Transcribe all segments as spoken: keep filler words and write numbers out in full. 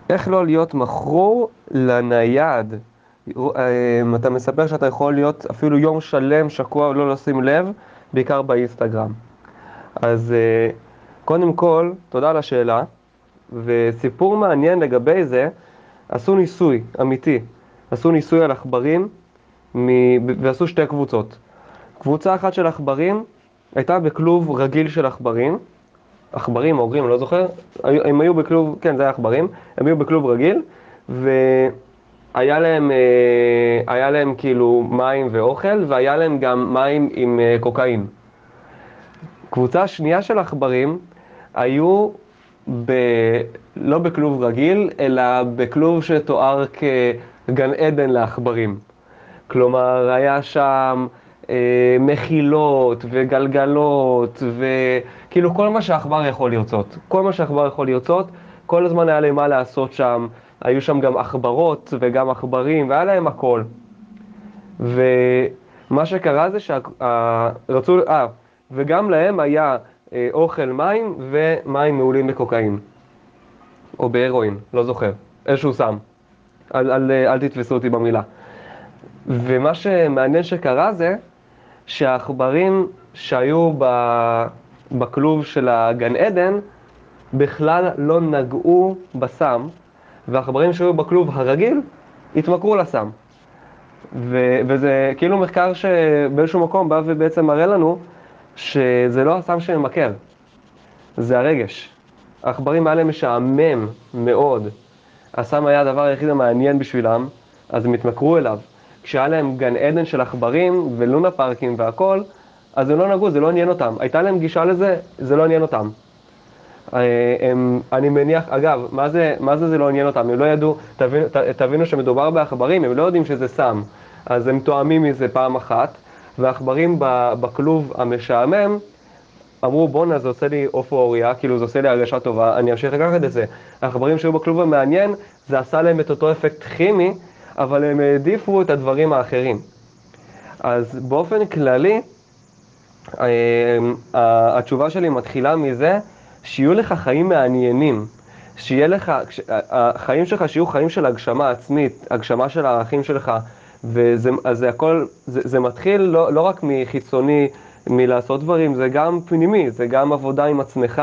איך לא להיות מכור לנייד? אה, אתה מספר שאתה יכול להיות אפילו יום שלם שקוע ולא לשים לב, בעיקר באינסטגרם. אז אה, קודם כל, תודה על השאלה, וסיפור מעניין לגבי זה, עשו ניסוי אמיתי. עשו ניסוי על עכברים, מ- ועשו שתי קבוצות. קבוצה אחת של עכברים הייתה בכלוב רגיל של עכברים, עכברים, אוגרים, לא זוכר, היו- הם היו בכלוב, כן, זה היה עכברים, הם היו בכלוב רגיל, והיה להם, אה, היה להם כאילו מים ואוכל, והיה להם גם מים עם אה, קוקאין. קבוצה שנייה של עכברים היו ב... לא בכלוב רגיל, אלא בכלוב שתואר כגן עדן לעכברים. כלומר, היה שם אה, מחילות וגלגלות וכאילו כל מה שעכבר יכול לרצות. כל מה שעכבר יכול לרצות, כל הזמן היה להם מה לעשות שם. היו שם גם עכברות וגם עכברים, והיה להם הכל. ומה שקרה זה שרצו, אה, וגם להם היה אה, אוכל, מים ומים מעולים בקוקאין. או בהרואין, לא זוכר. איזשהו סם. אל, אל, אל תתפסו אותי במילה. ומה שמעניין שקרה זה שהעכברים שהיו ב... בכלוב של הגן עדן בכלל לא נגעו בסם, והעכברים שהיו בכלוב הרגיל התמכרו לסם. ו... וזה כאילו מחקר שבאיזשהו מקום בא ובעצם מראה לנו שזה לא הסם שממכר, זה הרגש. העכברים האלה משעמם מאוד. הסם היה הדבר היחיד המעניין בשבילם, אז הם התמכרו אליו. כשהיה להם גן עדן של עכברים ולונה פארקים והכל, אז הם לא נגעו, זה לא עניין אותם. הייתה להם גישה לזה, זה לא עניין אותם. אה, הם, אני מניח, אגב, מה זה, מה זה זה לא עניין אותם? הם לא ידעו, תבינו, ת, תבינו שמדובר בעכברים, הם לא יודעים שזה סם. אז הם תואמים מזה פעם אחת, והעכברים בכלוב המשעמם, אמרו בונה זה עושה לי אופוריה, כאילו זה עושה לי הרגשה טובה, אני אמשיך לקחת את זה. העכברים שהיו בכלוב המעניין, זה עשה להם את אותו אפקט כימי, אבל הם העדיפו את הדברים האחרים. אז באופן כללי, התשובה שלי מתחילה מזה שיהיו לך חיים מעניינים, שיהיה לך, החיים שלך שיהיו חיים של הגשמה עצמית, הגשמה של הערכים שלך, וזה אז זה הכל, זה, זה מתחיל לא, לא רק מחיצוני, מלעשות דברים, זה גם פנימי, זה גם עבודה עם עצמך,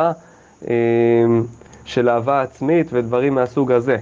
של אהבה עצמית ודברים מהסוג הזה.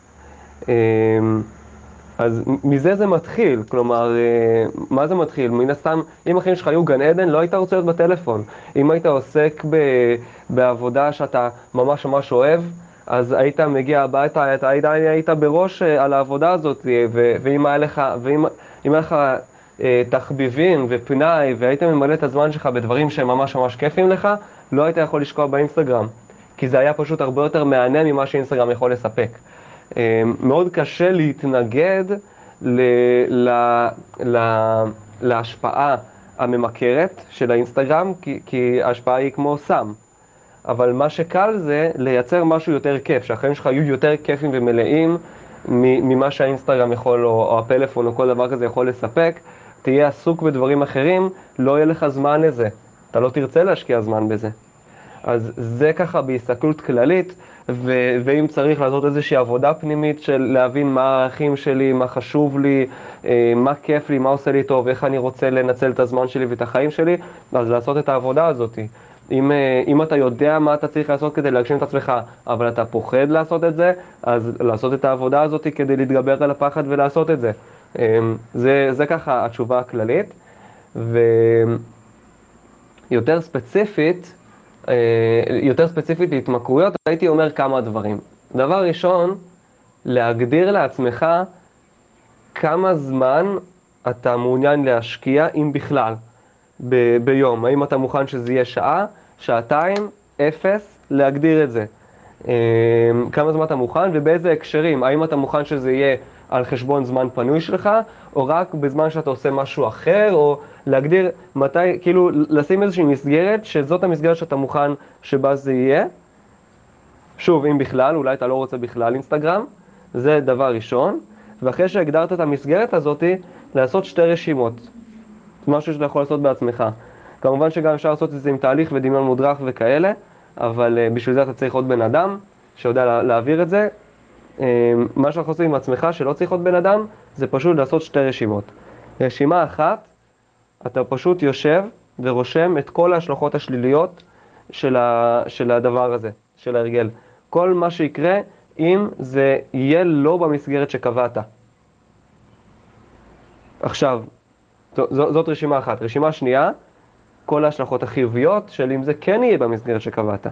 אז מזה זה מתחיל, כלומר, מה זה מתחיל? מן הסתם, אם החיים שלך היו גן עדן, לא היית רוצה להיות בטלפון. אם היית עוסק ב, בעבודה שאתה ממש ממש אוהב, אז היית מגיע הביתה, היית, היית, היית בראש על העבודה הזאת, ו, ואם היה לך, ואם, אם היה לך אה, תחביבים ופנאי, והיית ממלא את הזמן שלך בדברים שהם ממש ממש כיפים לך, לא היית יכול לשקוע באינסטגרם. כי זה היה פשוט הרבה יותר מענה ממה שאינסטגרם יכול לספק. מאוד קשה להתנגד ל, ל, ל, להשפעה הממכרת של האינסטגרם, כי, כי ההשפעה היא כמו סם. אבל מה שקל זה לייצר משהו יותר כיף, שהחיים שלך יהיו יותר כיפים ומלאים ממה שהאינסטגרם יכול, או, או הפלאפון, או כל דבר כזה יכול לספק. תהיה עסוק בדברים אחרים, לא יהיה לך זמן לזה. אתה לא תרצה להשקיע זמן בזה. אז זה ככה בהסתכלות כללית, ו- ואם צריך לעשות איזושהי עבודה פנימית של להבין מה הערכים שלי, מה חשוב לי, אה, מה כיף לי, מה עושה לי טוב, איך אני רוצה לנצל את הזמן שלי ואת החיים שלי, אז לעשות את העבודה הזאת. אם, אה, אם אתה יודע מה אתה צריך לעשות כדי להגשים את עצמך, אבל אתה פוחד לעשות את זה, אז לעשות את העבודה הזאת כדי להתגבר על הפחד ולעשות את זה. אה, זה, זה ככה התשובה הכללית. ויותר ספציפית, יותר ספציפית להתמכרויות, הייתי אומר כמה דברים. דבר ראשון, להגדיר לעצמך כמה זמן אתה מעוניין להשקיע, אם בכלל, ב- ביום. האם אתה מוכן שזה יהיה שעה, שעתיים, אפס, להגדיר את זה. כמה זמן אתה מוכן ובאיזה הקשרים. האם אתה מוכן שזה יהיה על חשבון זמן פנוי שלך, או רק בזמן שאתה עושה משהו אחר, או להגדיר מתי, כאילו לשים איזושהי מסגרת, שזאת המסגרת שאתה מוכן שבה זה יהיה. שוב, אם בכלל, אולי אתה לא רוצה בכלל אינסטגרם, זה דבר ראשון. ואחרי שהגדרת את המסגרת הזאת, לעשות שתי רשימות. משהו שאתה יכול לעשות בעצמך. כמובן שגם אפשר לעשות את זה עם תהליך ודמיון מודרך וכאלה, אבל uh, בשביל זה אתה צריך עוד בן אדם שיודע לה, להעביר את זה. מה שאנחנו עושים עם עצמך שלא צריך עוד בן אדם, זה פשוט לעשות שתי רשימות. רשימה אחת, אתה פשוט יושב ורושם את כל ההשלכות השליליות של, ה, של הדבר הזה, של ההרגל. כל מה שיקרה אם זה יהיה לא במסגרת שקבעת. עכשיו, ז, זאת רשימה אחת. רשימה שנייה, כל ההשלכות החיוביות של אם זה כן יהיה במסגרת שקבעת.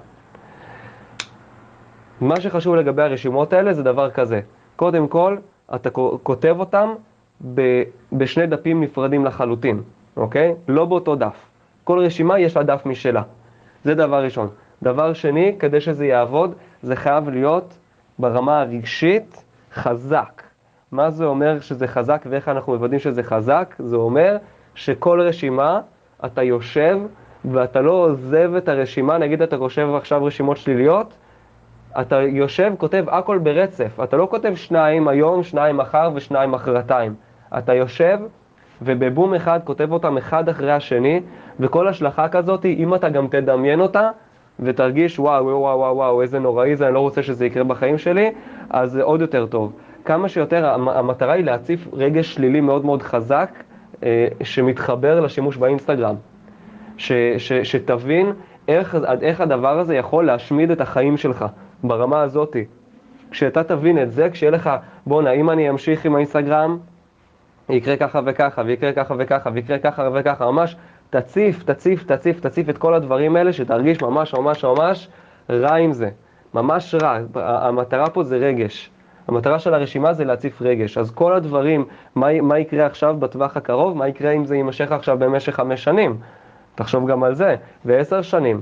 מה שחשוב לגבי הרשימות האלה זה דבר כזה. קודם כל, אתה כותב אותם ב, בשני דפים נפרדים לחלוטין, אוקיי? לא באותו דף. כל רשימה יש לה דף משלה. זה דבר ראשון. דבר שני, כדי שזה יעבוד, זה חייב להיות ברמה הרגשית חזק. מה זה אומר שזה חזק ואיך אנחנו מוודאים שזה חזק? זה אומר שכל רשימה אתה יושב ואתה לא עוזב את הרשימה, נגיד אתה חושב עכשיו רשימות שליליות, אתה יושב, כותב הכל ברצף. אתה לא כותב שניים היום, שניים מחר ושניים מחרתיים. אתה יושב ובבום אחד כותב אותם אחד אחרי השני, וכל השלכה כזאת, אם אתה גם תדמיין אותה ותרגיש וואו וואו וואו וואו איזה נוראי זה, אני לא רוצה שזה יקרה בחיים שלי, אז זה עוד יותר טוב. כמה שיותר, המטרה היא להציף רגש שלילי מאוד מאוד חזק שמתחבר לשימוש באינסטגרם. ש, ש, שתבין איך, איך הדבר הזה יכול להשמיד את החיים שלך ברמה הזאת. כשאתה תבין את זה, כשיהיה לך, בוא, אם אני אמשיך עם האינסטגרם, יקרה ככה וככה, ויקרה ככה וככה, ויקרה ככה וככה, ממש תציף, תציף, תציף, תציף את כל הדברים האלה, שתרגיש ממש ממש ממש רע עם זה. ממש רע. המטרה פה זה רגש. המטרה של הרשימה זה להציף רגש. אז כל הדברים, מה, מה יקרה עכשיו בטווח הקרוב, מה יקרה אם זה יימשך עכשיו במשך חמש שנים? תחשוב גם על זה, ועשר שנים.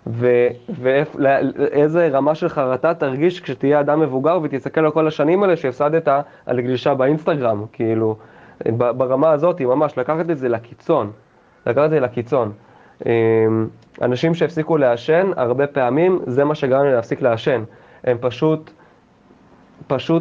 ואיזה רמה של חרטה תרגיש כשתהיה אדם מבוגר ותסתכל על כל השנים האלה שהפסדת על גלישה באינסטגרם, כאילו, ברמה הזאת, ממש לקחת את זה לקיצון, לקחת את זה לקיצון. אנשים שהפסיקו לעשן, הרבה פעמים זה מה שגרם לי להפסיק לעשן. הם פשוט, פשוט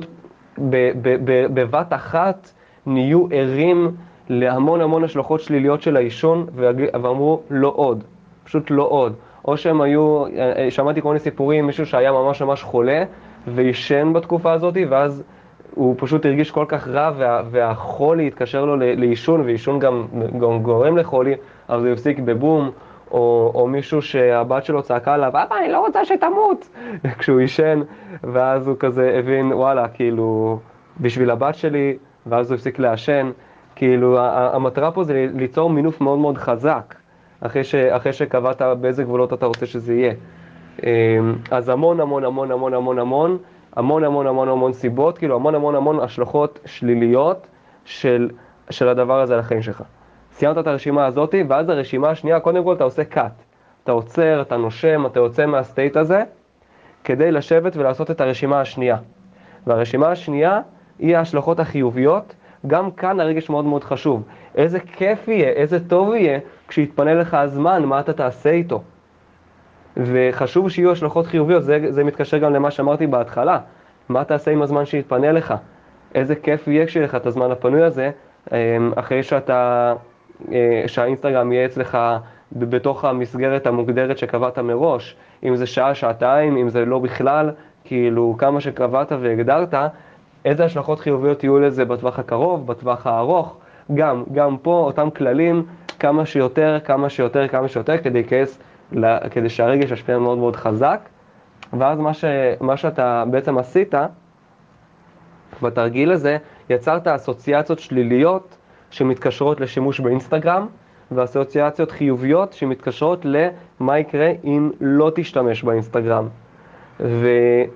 בבת אחת נהיו ערים להמון המון השלכות שליליות של העישון, ואמרו לא עוד, פשוט לא עוד. או שהם היו, שמעתי כל מיני סיפורים, מישהו שהיה ממש ממש חולה, ועישן בתקופה הזאת, ואז הוא פשוט הרגיש כל כך רע, וה, והחולי התקשר לו לעישון, ועישון גם, גם גורם לחולי, אז הוא הפסיק בבום, או, או מישהו שהבת שלו צעקה עליו, אבא, אני לא רוצה שתמות, כשהוא עישן, ואז הוא כזה הבין, וואלה, כאילו, בשביל הבת שלי, ואז הוא הפסיק לעשן, כאילו, המטרה פה זה ליצור מינוף מאוד מאוד חזק, אחרי, ש, אחרי שקבעת באיזה גבולות אתה רוצה שזה יהיה. אז המון המון המון המון המון המון, המון המון המון המון סיבות, כאילו המון המון המון השלכות שליליות של, של הדבר הזה על החיים שלך. סיימת את הרשימה הזאת, ואז הרשימה השנייה, קודם כל אתה עושה קאט. אתה עוצר, אתה נושם, אתה יוצא מהסטייט הזה, כדי לשבת ולעשות את הרשימה השנייה. והרשימה השנייה היא ההשלכות החיוביות, גם כאן הרגש מאוד מאוד חשוב. איזה כיף יהיה, איזה טוב יהיה, כשיתפנה לך הזמן, מה אתה תעשה איתו. וחשוב שיהיו השלכות חיוביות, זה, זה מתקשר גם למה שאמרתי בהתחלה. מה תעשה עם הזמן שיתפנה לך? איזה כיף יהיה כשיהיה לך את הזמן הפנוי הזה, אחרי שאתה, שהאינסטגרם יהיה אצלך בתוך המסגרת המוגדרת שקבעת מראש. אם זה שעה, שעתיים, אם זה לא בכלל, כאילו כמה שקבעת והגדרת, איזה השלכות חיוביות יהיו לזה בטווח הקרוב, בטווח הארוך. גם, גם פה אותם כללים, כמה שיותר, כמה שיותר, כמה שיותר, כדי כעס, כדי שהרגש ישפיע מאוד מאוד חזק. ואז מה, ש, מה שאתה בעצם עשית, בתרגיל הזה, יצרת אסוציאציות שליליות שמתקשרות לשימוש באינסטגרם, ואסוציאציות חיוביות שמתקשרות למה יקרה אם לא תשתמש באינסטגרם. ו,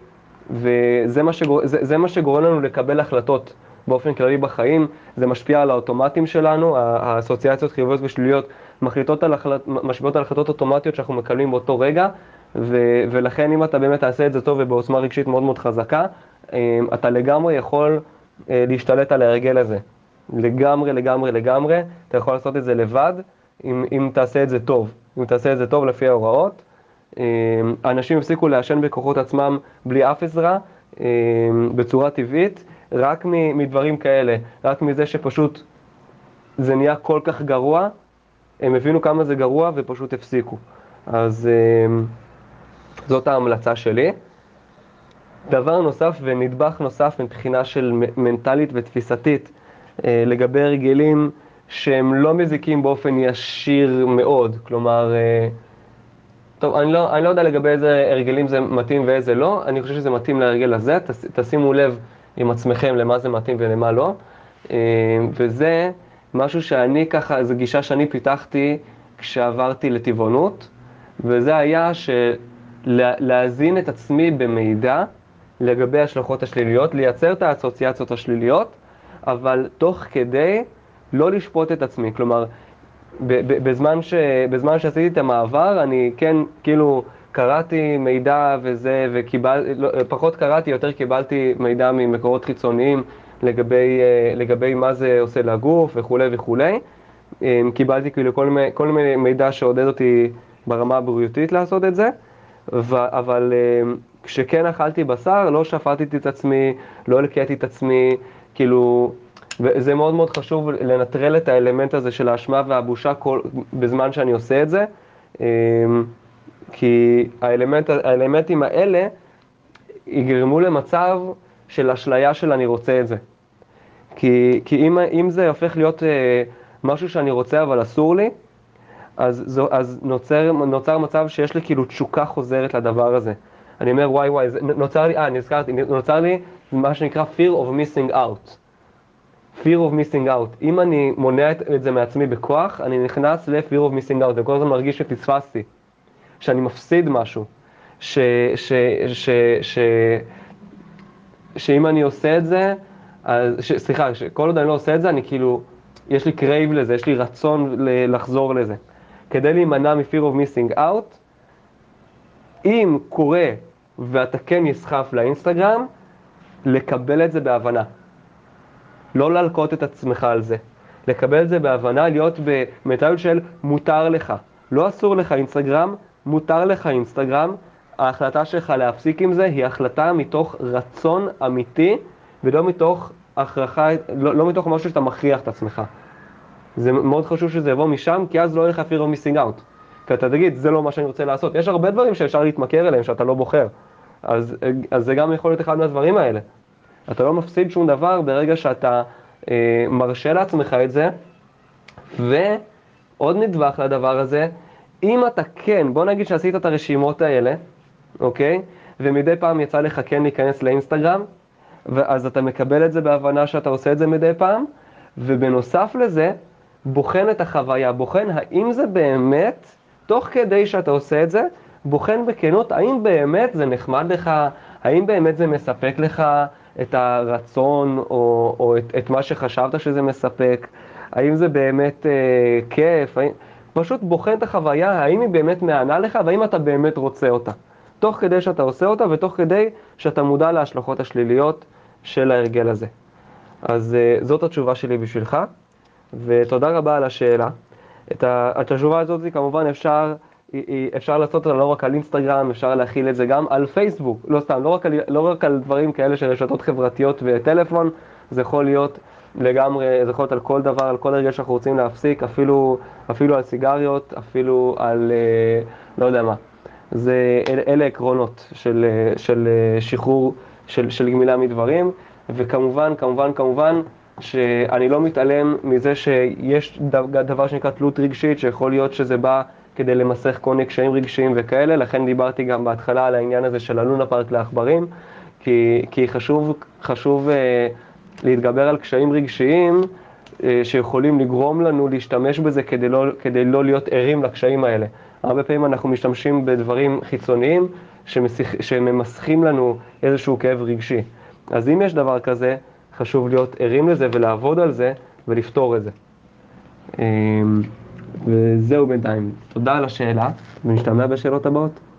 וזה מה שגור, זה, זה מה שגורם לנו לקבל החלטות באופן כללי בחיים. זה משפיע על האוטומטים שלנו, האסוציאציות חיוביות ושליליות מחליטות על החלט, משפיעות על החלטות אוטומטיות שאנחנו מקבלים באותו רגע, ו, ולכן אם אתה באמת תעשה את זה טוב ובעוצמה רגשית מאוד מאוד חזקה, אתה לגמרי יכול להשתלט על ההרגל הזה. לגמרי, לגמרי, לגמרי. אתה יכול לעשות את זה לבד, אם, אם תעשה את זה טוב. אם תעשה את זה טוב לפי ההוראות. אנשים הפסיקו לעשן בכוחות עצמם בלי אף עזרה, בצורה טבעית, רק מדברים כאלה, רק מזה שפשוט זה נהיה כל כך גרוע, הם הבינו כמה זה גרוע ופשוט הפסיקו. אז זאת ההמלצה שלי. דבר נוסף ונדבך נוסף מבחינה של מנטלית ותפיסתית אה, לגבי הרגלים שהם לא מזיקים באופן ישיר מאוד, כלומר, אה, טוב, אני לא, אני לא יודע לגבי איזה הרגלים זה מתאים ואיזה לא, אני חושב שזה מתאים להרגל הזה, תש, תשימו לב עם עצמכם למה זה מתאים ולמה לא, אה, וזה משהו שאני ככה, זו גישה שאני פיתחתי כשעברתי לטבעונות, וזה היה שלהזין את עצמי במידע לגבי ההשלכות השליליות, לייצר את האסוציאציות השליליות, אבל תוך כדי לא לשפוט את עצמי, כלומר, בזמן, ש, בזמן שעשיתי את המעבר, אני כן, כאילו, קראתי מידע וזה, וקיבל, לא, פחות קראתי, יותר קיבלתי מידע ממקורות חיצוניים לגבי, לגבי מה זה עושה לגוף וכולי וכולי. קיבלתי כאילו כל, כל מיני מידע שעודד אותי ברמה הבריאותית לעשות את זה, ו, אבל כשכן אכלתי בשר, לא שפטתי את עצמי, לא הלקטתי את עצמי, כאילו, וזה מאוד מאוד חשוב לנטרל את האלמנט הזה של האשמה והבושה כל, בזמן שאני עושה את זה, כי האלמנט, האלמנטים האלה יגרמו למצב של אשליה של אני רוצה את זה. כי, כי אם, אם זה הופך להיות משהו שאני רוצה אבל אסור לי, אז, זו, אז נוצר, נוצר מצב שיש לי כאילו תשוקה חוזרת לדבר הזה. אני אומר וואי וואי, נוצר לי, אה, נזכרתי, נוצר לי מה שנקרא fear of missing out. fear of missing out. אם אני מונע את, את זה מעצמי בכוח, אני נכנס ל-fear of missing out, וכל הזמן מרגיש שפספסתי, שאני מפסיד משהו, ש, ש, ש, ש, שאם אני עושה את זה, אז, ש, סליחה, שכל עוד אני לא עושה את זה, אני כאילו, יש לי קרייב לזה, יש לי רצון לחזור לזה. כדי להימנע מ-fear of missing out, אם קורה ואתה כן נסחף לאינסטגרם, לקבל את זה בהבנה. לא להלקות את עצמך על זה. לקבל את זה בהבנה, להיות במנטליות של מותר לך. לא אסור לך אינסטגרם, מותר לך אינסטגרם. ההחלטה שלך להפסיק עם זה היא החלטה מתוך רצון אמיתי, ולא מתוך הכרחה, לא, לא מתוך משהו שאתה מכריח את עצמך. זה מאוד חשוב שזה יבוא משם, כי אז לא יהיה לך fear of missing out. כי אתה תגיד, זה לא מה שאני רוצה לעשות. יש הרבה דברים שאפשר להתמכר אליהם, שאתה לא בוחר. אז, אז זה גם יכול להיות אחד מהדברים האלה. אתה לא מפסיד שום דבר ברגע שאתה אה, מרשה לעצמך את זה. ועוד נדבך לדבר הזה, אם אתה כן, בוא נגיד שעשית את הרשימות האלה, אוקיי? ומדי פעם יצא לך כן להיכנס לאינסטגרם, ואז אתה מקבל את זה בהבנה שאתה עושה את זה מדי פעם, ובנוסף לזה, בוחן את החוויה, בוחן האם זה באמת, תוך כדי שאתה עושה את זה, בוחן בכנות, האם באמת זה נחמד לך, האם באמת זה מספק לך את הרצון, או, או את, את מה שחשבת שזה מספק, האם זה באמת אה, כיף, האם, פשוט בוחן את החוויה, האם היא באמת מענה לך, והאם אתה באמת רוצה אותה. תוך כדי שאתה עושה אותה, ותוך כדי שאתה מודע להשלכות השליליות של ההרגל הזה. אז uh, זאת התשובה שלי בשבילך, ותודה רבה על השאלה. את, ה, את התשובה הזאת כמובן אפשר, אפשר לעשות אותה לא רק על אינסטגרם, אפשר להכיל את זה גם על פייסבוק, לא סתם, לא רק על, לא רק על דברים כאלה של רשתות חברתיות וטלפון, זה יכול להיות לגמרי, זה יכול להיות על כל דבר, על כל הרגל שאנחנו רוצים להפסיק, אפילו, אפילו על סיגריות, אפילו על, לא יודע מה. זה, אל, אלה עקרונות של, של שחרור, של, של גמילה מדברים, וכמובן, כמובן, כמובן, שאני לא מתעלם מזה שיש דבר שנקרא תלות רגשית, שיכול להיות שזה בא כדי למסך כל מיני קשיים רגשיים וכאלה, לכן דיברתי גם בהתחלה על העניין הזה של הלונה פארק לעכברים, כי, כי חשוב, חשוב uh, להתגבר על קשיים רגשיים uh, שיכולים לגרום לנו להשתמש בזה כדי לא, כדי לא להיות ערים לקשיים האלה. הרבה פעמים אנחנו משתמשים בדברים חיצוניים שמסיך, שממסכים לנו איזשהו כאב רגשי. אז אם יש דבר כזה, חשוב להיות ערים לזה ולעבוד על זה ולפתור את זה. וזהו בינתיים. תודה על השאלה, ונשתמע בשאלות הבאות.